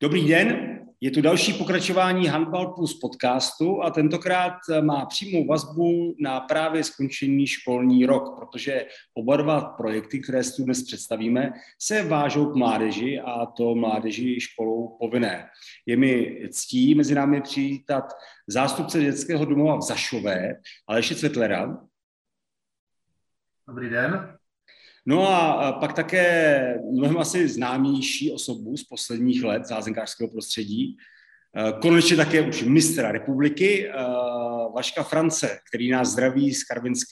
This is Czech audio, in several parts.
Dobrý den, je tu další pokračování Handball Plus podcastu a tentokrát má přímou vazbu na právě skončený školní rok, protože oba dva projekty, které si tu dnes představíme, se vážou k mládeži a to mládeži školou povinné. Je mi ctí mezi námi přivítat zástupce dětského domova v Zašové, Aleše Cvetlera. Dobrý den. No a pak také mnohem asi známější osobu z posledních let zázenkářského prostředí, konečně také už mistra republiky, Vaška France, který nás zdraví z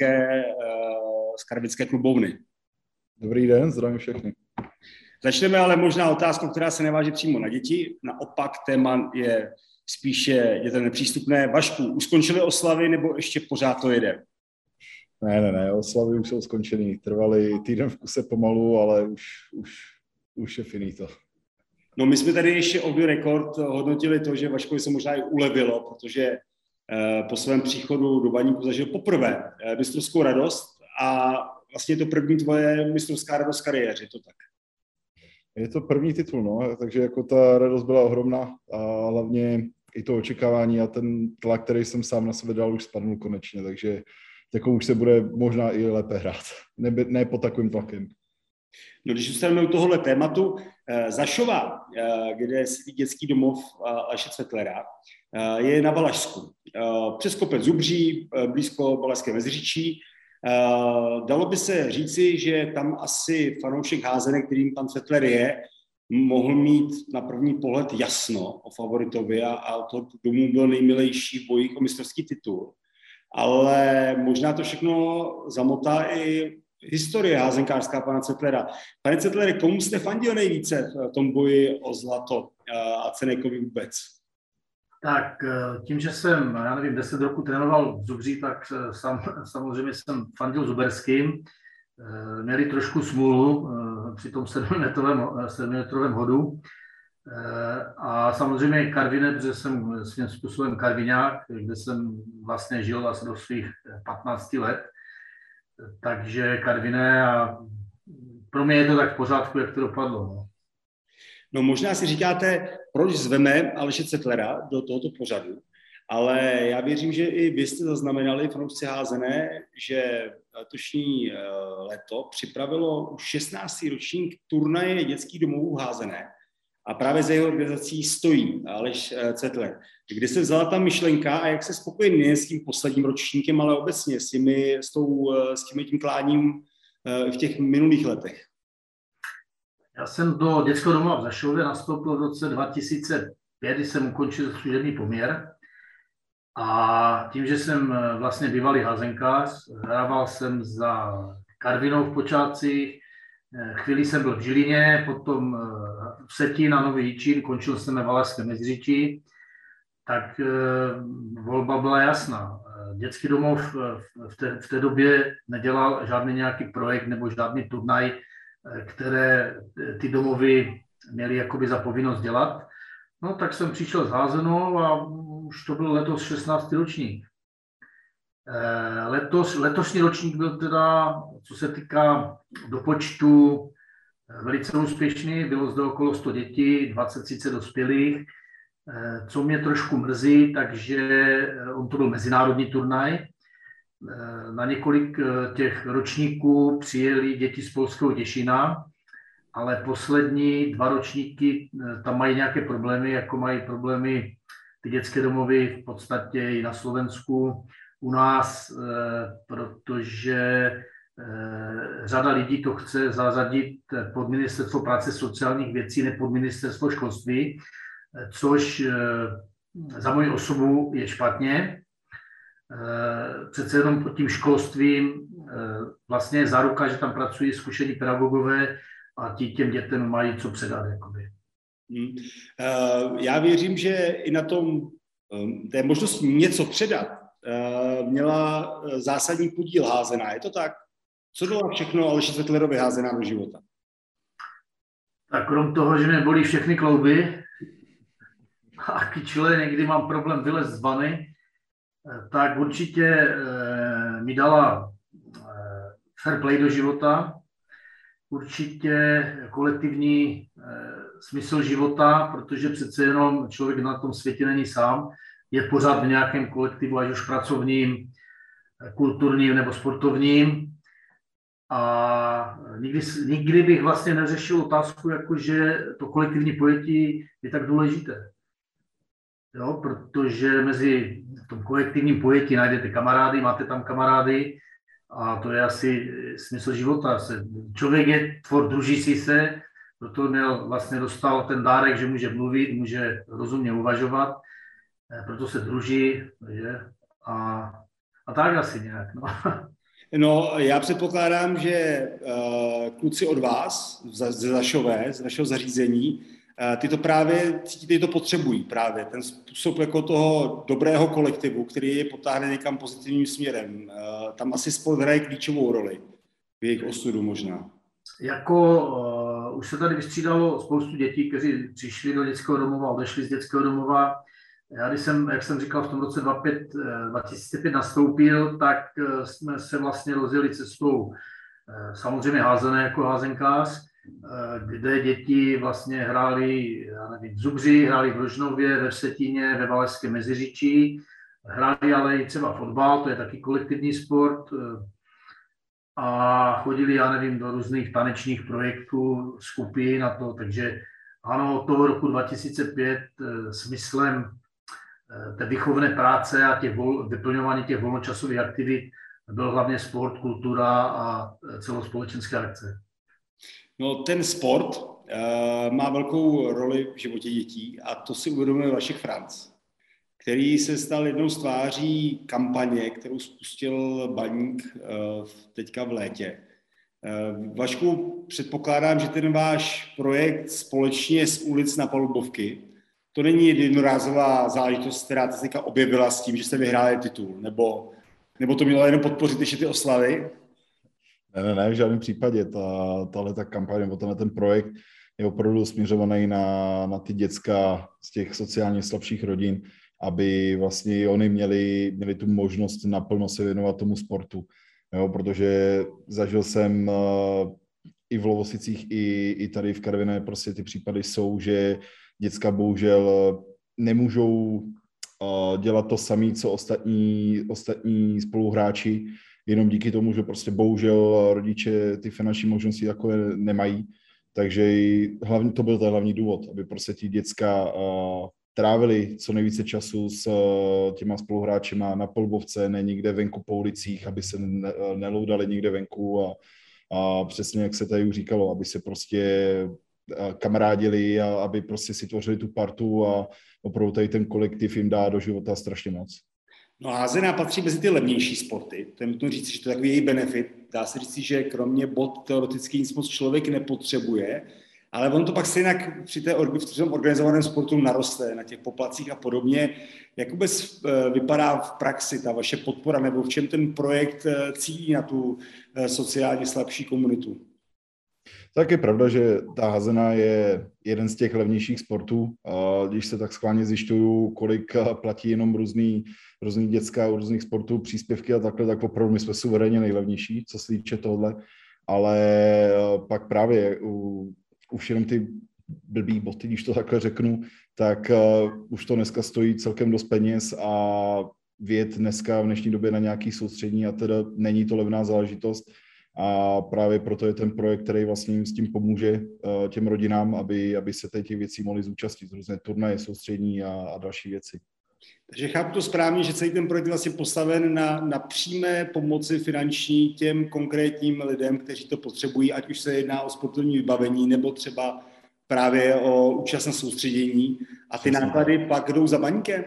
Karvinské klubovny. Dobrý den, zdravím všechny. Začneme ale možná otázkou, která se neváží přímo na děti. Naopak téma je spíše dětem nepřístupné. Vašku, už skončily oslavy nebo ještě pořád to jede? Ne, oslavy už jsou skončený. Trvaly týden v kuse pomalu, ale už je finito. No my jsme tady ještě off the record hodnotili to, že Vaškovi se možná i ulevilo, protože po svém příchodu do Baníku zažil poprvé mistrovskou radost a vlastně je to první tvoje mistrovská radost v kariéře, je to tak? Je to první titul, no, takže jako ta radost byla ohromná a hlavně i to očekávání a ten tlak, který jsem sám na sebe dal, už spadnul konečně, takže jako už se bude možná i lépe hrát, ne pod takovým tlakem. No, když zůstaneme u tohohle tématu, Zašova, kde je dětský domov Aleše Cvetlera, je na Valašsku. Přes kopec Zubří, blízko Valašské Meziříčí. Dalo by se říci, že tam asi fanoušek házenek, kterým pan Cvetler je, mohl mít na první pohled jasno o favoritovi a toho domu byl nejmilejší v bojích o mistrovský titul. Ale možná to všechno zamotá i historie házenkářská pana Cvetlera. Pane Cvetlere, komu jste fandil nejvíce v tom boji o zlato a Cenekovi vůbec? Tak tím, že jsem, 10 roků trénoval v Zubří, tak samozřejmě jsem fandil zuberským. Měli trošku smůlu při tom 7metrovém hodu. A samozřejmě Karviné, protože jsem svým způsobem karviňák, kde jsem vlastně žil asi do svých 15 let. Takže Karviné a pro mě je to tak v pořádku, jak to dopadlo. No možná si říkáte, proč zveme Aleše Cvetlera do tohoto pořadu, ale já věřím, že i vy jste zaznamenali, fanoušci házené, že letošní léto připravilo už 16. ročník turnaje dětských domovů házené. A právě za jeho organizací stojí Aleš Cvetler. Kde se vzala ta myšlenka a jak se spokojený nejen s tím posledním ročníkem, ale obecně s tím kláním v těch minulých letech? Já jsem do dětského domova v Zašově nastoupil v roce 2005, kdy jsem ukončil služební poměr. A tím, že jsem vlastně bývalý házenkář, hrával jsem za Karvinou v počátcích, chvíli jsem byl v Žilině, potom v Setín a Nový Jičín, končil jsem ve Valašském Meziříčí, tak volba byla jasná. Dětský domov v té době nedělal žádný nějaký projekt nebo žádný turnaj, které ty domovy měly jakoby za povinnost dělat. No tak jsem přišel s házenou a už to byl letos 16. ročník. Letošní ročník byl teda, co se týká do počtu, velice úspěšný. Bylo zde okolo 100 dětí, 20 dospělých. Co mě trošku mrzí, takže on to byl mezinárodní turnaj. Na několik těch ročníků přijeli děti z polského Děšina, ale poslední 2 ročníky tam mají nějaké problémy, jako mají problémy ty dětské domovy v podstatě i na Slovensku, u nás, protože řada lidí to chce zařadit pod Ministerstvo práce sociálních věcí, ne pod Ministerstvo školství, což za moji osobu je špatně. Přece jenom pod tím školstvím vlastně je záruka, že tam pracují zkušení pedagogové a ti těm dětem mají co předat. Jakoby. Já věřím, že i na tom té možnosti něco předat měla zásadní podíl házená. Je to tak? Co dala všechno Aleši Cvetlerovi házená do života? Tak krom toho, že mě bolí všechny klouby a kyčle, někdy mám problém vylézt z vany, tak určitě mi dala fair play do života, určitě kolektivní smysl života, protože přece jenom člověk na tom světě není sám, je pořád v nějakém kolektivu, ať už pracovním, kulturním nebo sportovním. A nikdy bych vlastně neřešil otázku, jakože to kolektivní pojetí je tak důležité. Jo, protože v tom kolektivním pojetí najdete kamarády, máte tam kamarády a to je asi smysl života. Člověk je tvor družící se, proto vlastně dostal ten dárek, že může mluvit, může rozumně uvažovat, proto se druží, že? A tak asi nějak. No. No, já předpokládám, že kluci od vás, ze Zašové, z vašeho zařízení, ty to právě cítíte, že to potřebují právě, ten způsob jako toho dobrého kolektivu, který je potáhne někam pozitivním směrem. Tam asi sport hraje klíčovou roli v jejich osudu možná. Už se tady vystřídalo spoustu dětí, kteří přišli do dětského domova, odešli z dětského domova. Já když jsem, jak jsem říkal, v tom roce 2005 nastoupil, tak jsme se vlastně rozjeli cestou samozřejmě házené jako házenkář, kde děti vlastně hráli, já nevím, v Zubři, hráli v Rožnově, ve Vsetíně, ve Valašském Meziříčí, hráli ale i třeba fotbal, to je taky kolektivní sport, a chodili, já nevím, do různých tanečních projektů, skupin a to, takže ano, od toho roku 2005 smyslem té výchovné práce a vyplňování těch volnočasových aktivit byl hlavně sport, kultura a celospolečenské akce. No, ten sport má velkou roli v životě dětí a to si uvědomuje Vašek Franc, který se stal jednou z tváří kampaně, kterou spustil Baník teďka v létě. Vašku, předpokládám, že ten váš projekt společně z ulic na palubovky, to není jednorázová záležitost, která se teďka objevila s tím, že jste vyhráli titul, nebo to mělo jenom podpořit ještě ty oslavy? Ne, v žádném případě. Tahle kampaň nebo ten projekt je opravdu směřovaný na ty děcka z těch sociálně slabších rodin, aby vlastně oni měli tu možnost naplno se věnovat tomu sportu. Jo, protože zažil jsem i v Lovosicích, i tady v Karviné prostě ty případy jsou, že děcka bohužel nemůžou dělat to samé, co ostatní spoluhráči, jenom díky tomu, že prostě bohužel rodiče ty finanční možnosti jako nemají. Takže hlavně to byl ten hlavní důvod, aby prostě ti děcka trávili co nejvíce času s těma spoluhráčima na polbovce, ne nikde venku po ulicích, aby se neloudali nikde venku a přesně jak se tady už říkalo, aby se prostě kamarádili a aby prostě si tvořili tu partu a opravdu tady ten kolektiv jim dá do života strašně moc. No a házená patří mezi ty levnější sporty. To je nutno říct, že to je takový její benefit. Dá se říct, že kromě bod teoreticky nic moc člověk nepotřebuje, ale on to pak se jinak při tom organizovaném sportu naroste na těch poplacích a podobně. Jak vůbec vypadá v praxi ta vaše podpora, nebo v čem ten projekt cílí na tu sociálně slabší komunitu? Tak je pravda, že ta házená je jeden z těch levnějších sportů. Když se tak schválně zjišťuju, kolik platí jenom různý děcka u různých sportů, příspěvky a takhle, tak opravdu my jsme suverénně nejlevnější, co se týče tohle. Ale pak právě už jenom ty blbý boty, když to takhle řeknu, tak už to dneska stojí celkem dost peněz a vyjet dneska v dnešní době na nějaký soustřední a teda není to levná záležitost. A právě proto je ten projekt, který vlastně jim s tím pomůže těm rodinám, aby se těch věcí mohli zúčastnit, různé turnaje, soustřední a další věci. Takže chápu to správně, že celý ten projekt je vlastně postaven na přímé pomoci finanční těm konkrétním lidem, kteří to potřebují, ať už se jedná o sportovní vybavení nebo třeba právě o účast na soustředění. A ty náklady pak jdou za Baníkem?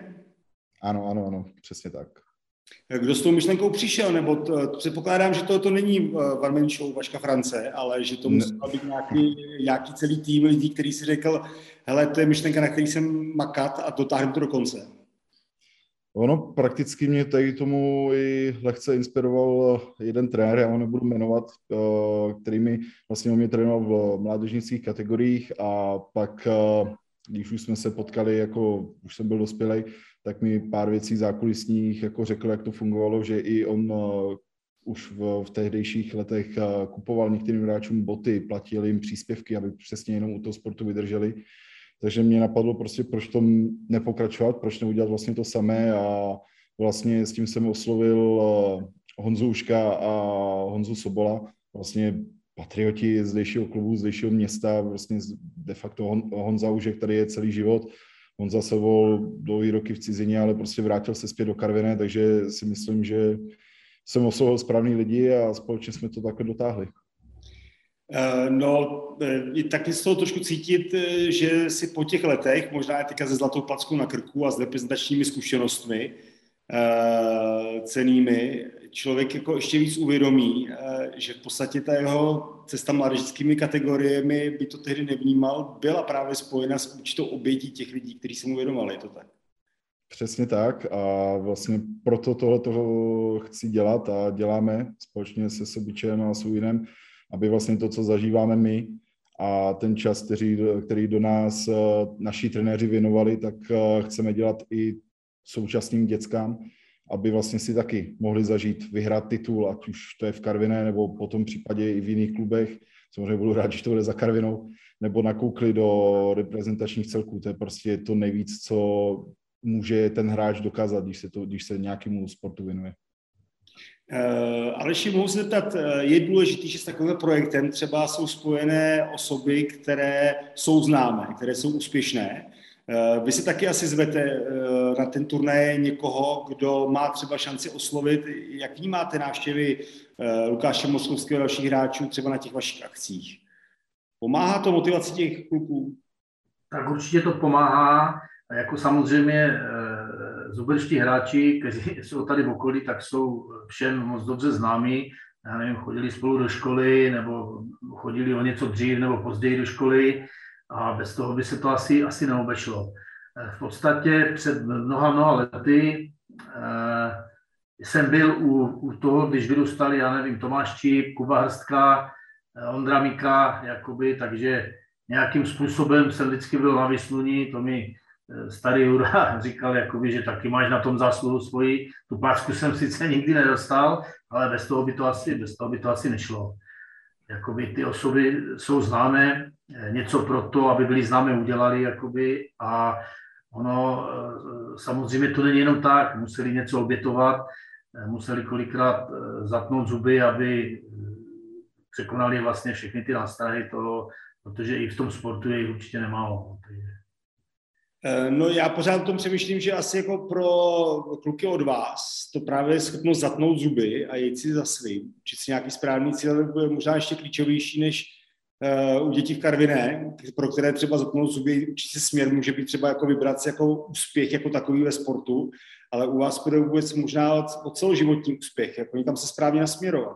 Ano, přesně tak. Kdo s tou myšlenkou přišel? Nebo předpokládám, že to není one man show Vaška France, ale že to musel být nějaký celý tým lidí, který si řekl, hele, to je myšlenka, na který jsem makat a dotáhnu to do konce. Ono prakticky mě tady tomu i lehce inspiroval jeden trenér, já ho nebudu jmenovat, který mi vlastně mě trénoval v mládežnických kategoriích a pak, když už jsme se potkali, jako už jsem byl dospělej, tak mi pár věcí zákulisních jako řekl, jak to fungovalo, že i on už v tehdejších letech kupoval některým hráčům boty, platil jim příspěvky, aby přesně jenom u toho sportu vydrželi. Takže mě napadlo prostě, proč to nepokračovat, proč neudělat vlastně to samé a vlastně s tím jsem oslovil Honzu Uška a Honzu Sobola, vlastně patrioti zdejšího klubu, zdejšího města, vlastně de facto Honza Užek tady je celý život. Honza Sobol dlouhý roky v cizině, ale prostě vrátil se zpět do Karviné, takže si myslím, že jsem oslovil správný lidi a společně jsme to takhle dotáhli. No, taky z toho trošku cítit, že si po těch letech, možná teďka se zlatou plackou na krku a s reprezentačními zkušenostmi cennými, člověk jako ještě víc uvědomí, že v podstatě ta jeho cesta mládežnickými kategoriemi, by to tehdy nevnímal, byla právě spojena s určitou obětí těch lidí, kteří se mu věnovali, je to tak? Přesně tak a vlastně proto tohle chci dělat a děláme společně se Sobičem a Suvinem, aby vlastně to, co zažíváme my a ten čas, který do nás naši trenéři věnovali, tak chceme dělat i současným dětskám, aby vlastně si taky mohli zažít, vyhrát titul, ať už to je v Karviné, nebo po tom případě i v jiných klubech. Samozřejmě budu rád, že to bude za Karvinou, nebo nakoukli do reprezentačních celků. To je prostě to nejvíc, co může ten hráč dokázat, když se nějakému sportu věnuje. Aleši, mohu se zeptat, je důležité, že s takovým projektem třeba jsou spojené osoby, které jsou známé, které jsou úspěšné. Vy si taky asi zvete na ten turnaj někoho, kdo má třeba šanci oslovit. Jak vnímáte návštěvy Lukáše Moskovského a dalších hráčů třeba na těch vašich akcích? Pomáhá to motivaci těch kluků? Tak určitě to pomáhá. Jako samozřejmě zuberští hráči, kteří jsou tady v okolí, tak jsou všem moc dobře známí. Já nevím, chodili spolu do školy, nebo chodili o něco dřív nebo později do školy a bez toho by se to asi neobešlo. V podstatě před mnoha lety jsem byl u toho, když vyrůstali, já nevím, Tomáš Číp, Kuba Hrstka, Ondra Mika, jakoby, takže nějakým způsobem jsem vždycky byl na vysluní, to mi starý Jura říkal, jakoby, že taky máš na tom zásluhu svoji. Tu páčku jsem sice nikdy nedostal, ale bez toho by to asi nešlo. Jakoby ty osoby jsou známé, něco pro to, aby byly známé, udělali, jakoby, a ono samozřejmě to není jenom tak, museli něco obětovat, museli kolikrát zatnout zuby, aby překonali vlastně všechny ty nástrahy toho, protože i v tom sportu je určitě nemálo. No já pořád o tom přemýšlím, že asi jako pro kluky od vás to právě je schopnost zatnout zuby a jít si za svým. Učit si nějaký správný cíl bude možná ještě klíčovější než u dětí v Karviné, pro které třeba zatnout zuby, učit si směr může být třeba jako vybrat si jako úspěch jako takový ve sportu, ale u vás bude vůbec možná o celoživotní úspěch, jako někam se správně nasměrovat.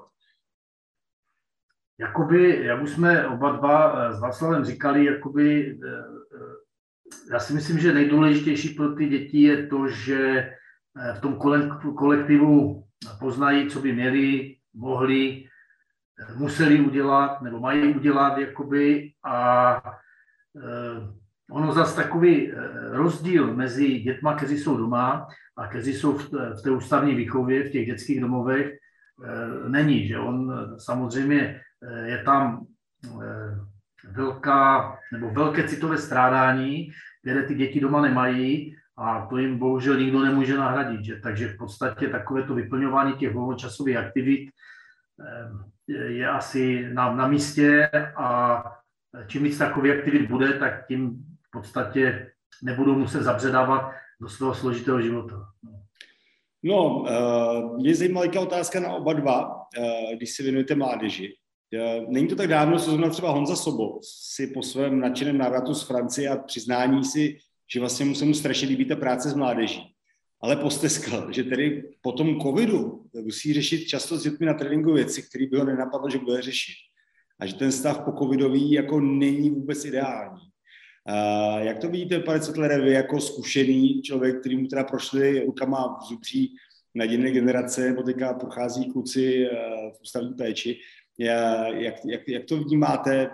Jakoby, jak už jsme oba dva s Václavem říkali, jakoby já si myslím, že nejdůležitější pro ty děti je to, že v tom kolektivu poznají, co by měli, mohli, museli udělat nebo mají udělat, jakoby, a ono zase takový rozdíl mezi dětma, kteří jsou doma a kteří jsou v té ústavní výchově, v těch dětských domovech, není, že on samozřejmě je tam velké citové strádání, které ty děti doma nemají a to jim bohužel nikdo nemůže nahradit. Že? Takže v podstatě takovéto vyplňování těch volnočasových aktivit je asi na místě a čím víc takových aktivit bude, tak tím v podstatě nebudou muset zabředávat do svého složitého života. No, mě zajímá otázka na oba dva, když se věnujete mládeži. Není to tak dávno, co znamená třeba Honza Sobol si po svém nadšeném návratu z Francie a přiznání si, že vlastně se mu strašně líbí ta práce s mládeží. Ale posteskal, že tedy po tom covidu musí řešit často s dětmi na tréninku věci, které by ho nenapadlo, že bude řešit. A že ten stav po covidový jako není vůbec ideální. Jak to vidíte, pane Cetlere, vy jako zkušený člověk, který mu teda prošli rukama v zubří nadějné generace, nebo teďka prochází kluci v ústavní péči, jak to vnímáte?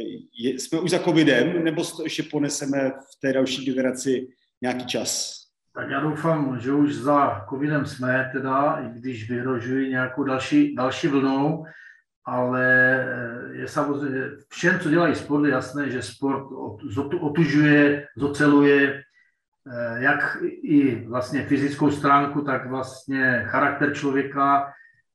Jsme už za covidem, nebo to ještě poneseme v té další generaci nějaký čas? Tak já doufám, že už za covidem jsme teda, i když vyhrožují nějakou další vlnou, ale je samozřejmě všem, co dělají sport, je jasné, že sport otužuje, zoceluje jak i vlastně fyzickou stránku, tak vlastně charakter člověka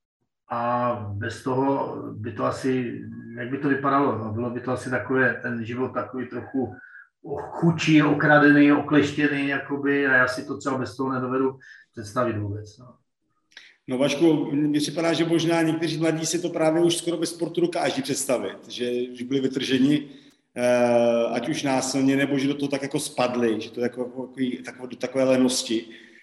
a bez toho by to asi, jak by to vypadalo, no, bylo by to asi takové, ten život takový trochu chučí, okradený, okleštěný, jakoby, a já si to třeba bez toho nedovedu představit vůbec. No. No Vašku, mně připadá, že možná někteří mladí si to právě už skoro bez sportu dokáží představit, že už byli vytrženi, ať už násilně, nebo že do toho tak jako spadli, že to je do takové lenosti.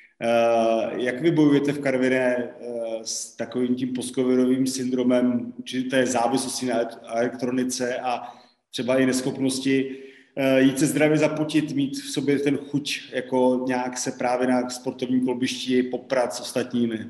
Jak vy bojujete v Karviné s takovým tím postcovidovým syndromem určité závislosti na elektronice a třeba i neschopnosti jít se zdravě zapotit, mít v sobě ten chuť, jako nějak se právě na sportovním kolbišti poprat s ostatními?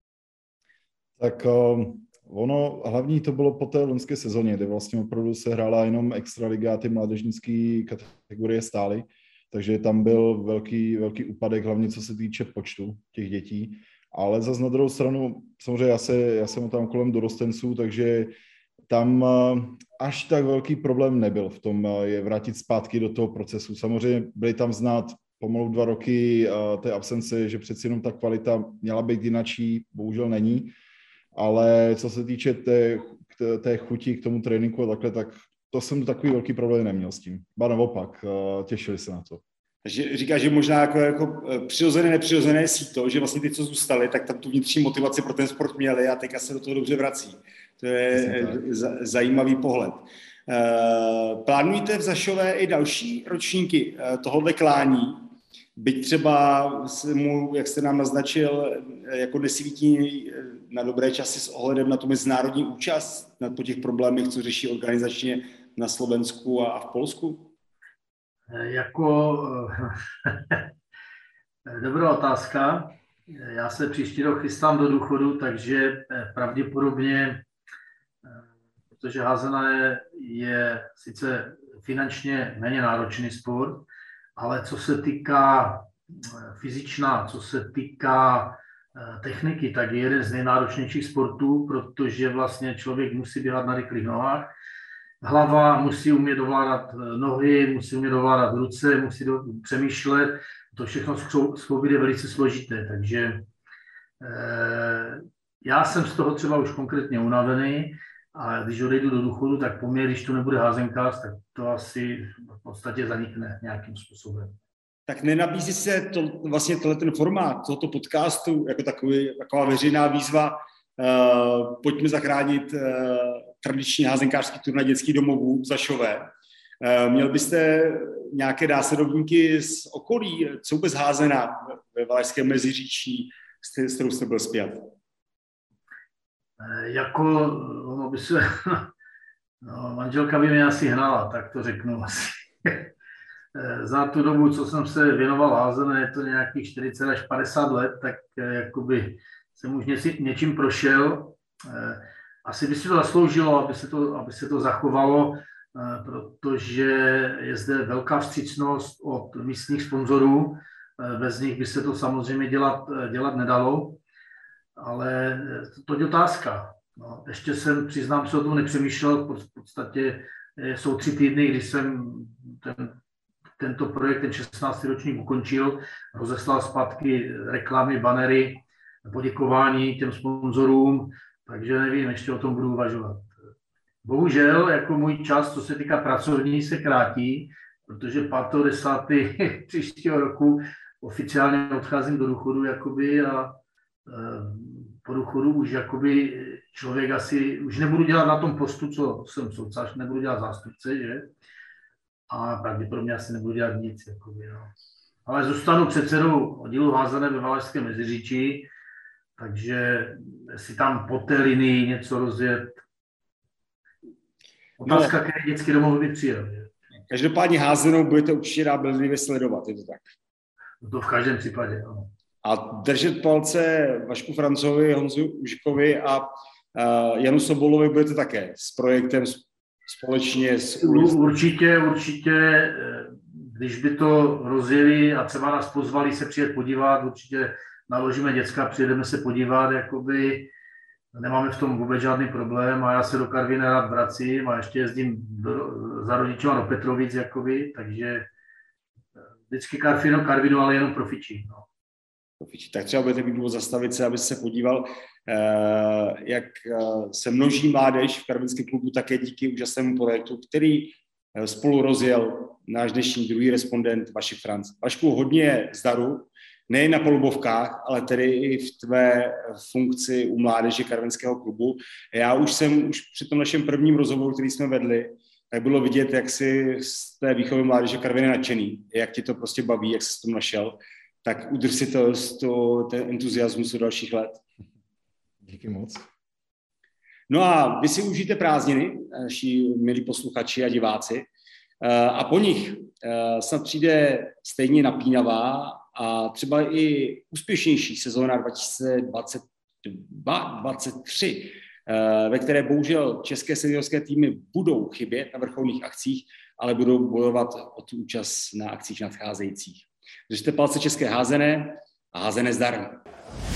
Tak ono, hlavní to bylo po té loňské sezóně, kde vlastně opravdu se hrála jenom extraliga a ty mládežnické kategorie stály, takže tam byl velký úpadek, hlavně co se týče počtu těch dětí, ale zase na druhou stranu, samozřejmě já jsem tam kolem dorostenců, takže tam až tak velký problém nebyl v tom je vrátit zpátky do toho procesu. Samozřejmě byly tam znát pomalu 2 roky té absence, že přeci jenom ta kvalita měla být jinačí, bohužel není, ale co se týče té chuti k tomu tréninku a takhle, tak to jsem takový velký problém neměl s tím. Ba naopak, těšili se na to. Takže říkáš, že možná jako přirozené, nepřirozené síto, že vlastně ty, co zůstali, tak tam tu vnitřní motivaci pro ten sport měli a teďka se do toho dobře vrací. To je zajímavý pohled. Plánujete v Zašové i další ročníky tohohle klání? Byť třeba mu, jak jste nám naznačil, jako nesvítí na dobré časy s ohledem na tu mezinárodní účast, po těch problémech, co řeší organizačně na Slovensku a v Polsku? Dobrá otázka. Já se příští rok chystám do důchodu, takže pravděpodobně, protože házená je sice finančně méně náročný sport, ale co se týká fyzičná, co se týká techniky, tak je jeden z nejnáročnějších sportů, protože vlastně člověk musí běhat na rychlých nohách, hlava musí umět ovládat nohy, musí umět ovládat ruce, musí přemýšlet. To všechno skloubit je velice složité, takže já jsem z toho třeba už konkrétně unavený a když odejdu do důchodu, tak po mně, když to nebude házenkář, tak to asi v podstatě zanikne nějakým způsobem. Tak nenabízí se vlastně ten formát tohoto podcastu jako taková veřejná výzva, pojďme zachránit tradiční házenkářský turnaj dětských domovů v Zašové. Měl byste nějaké následovníky z okolí, co vůbec házená ve Valašském Meziříčí, s kterou jste byl spjat? Manželka by mě asi hnala, tak to řeknu asi. Za tu dobu, co jsem se věnoval házené, je to nějakých 40 až 50 let, tak jakoby jsem už něčím prošel. Asi by si to zasloužilo, aby se to zachovalo, protože je zde velká vstřícnost od místních sponzorů. Bez nich by se to samozřejmě dělat nedalo, ale to je otázka. No, ještě jsem, přiznám se, o tom nepřemýšlel, v podstatě jsou 3 týdny, kdy jsem tento projekt, ten 16. ročník ukončil, rozeslal zpátky reklamy, banery, poděkování těm sponzorům, takže nevím, ještě o tom budu uvažovat. Bohužel, jako můj čas, co se týká pracovní, se krátí, protože 5. 10. příštího roku oficiálně odcházím do důchodu jakoby, a po důchodu už jakoby člověk asi, už nebudu dělat na tom postu, co jsem soucař, nebudu dělat zástupce, že? A pravděpodobně asi nebudu dělat nic. Jakoby, no. Ale zůstanu předsedou oddílu házené ve Valašském Meziříčí, takže si tam po té linii něco rozjet. Otázka, no, které dětské domovy by přijel. Každopádně házenou budete určitě rábelivě sledovat, je to tak? To v každém případě, ano. A držet palce Vašku Francovi, Honzu Užikovi a Janu Sobolovi budete také s projektem společně s Určitě když by to rozjeli a třeba nás pozvali se přijet podívat, určitě naložíme děcka, přijedeme se podívat, jakoby nemáme v tom vůbec žádný problém a já se do Karviné rád vracím a ještě jezdím za rodičema do Petrovic, jakoby, takže vždycky Karvinu, ale jenom pro Fiči. No. Tak třeba budete mít důvod zastavit se, aby se podíval, jak se množí mládež v karvinském klubu také díky úžasnému projektu, který spolu rozjel náš dnešní druhý respondent Vašek Franc. Vašku, hodně zdaru, nejen na polubovkách, ale tedy i v tvé funkci u mládeže karvinského klubu. Já už při tom našem prvním rozhovoru, který jsme vedli, tak bylo vidět, jak jsi z té výchovy mládeže Karviny nadšený, jak ti to prostě baví, jak jsi s tom našel. Tak udrž si ten entuziasmus do dalších let. Díky moc. No a vy si užijte prázdniny, naši milí posluchači a diváci, a po nich snad přijde stejně napínavá a třeba i úspěšnější sezóna 2022-2023, ve které bohužel české seniorské týmy budou chybět na vrcholných akcích, ale budou bojovat o tu účast na akcích nadcházejících. Držte palce české házené a házené zdarma.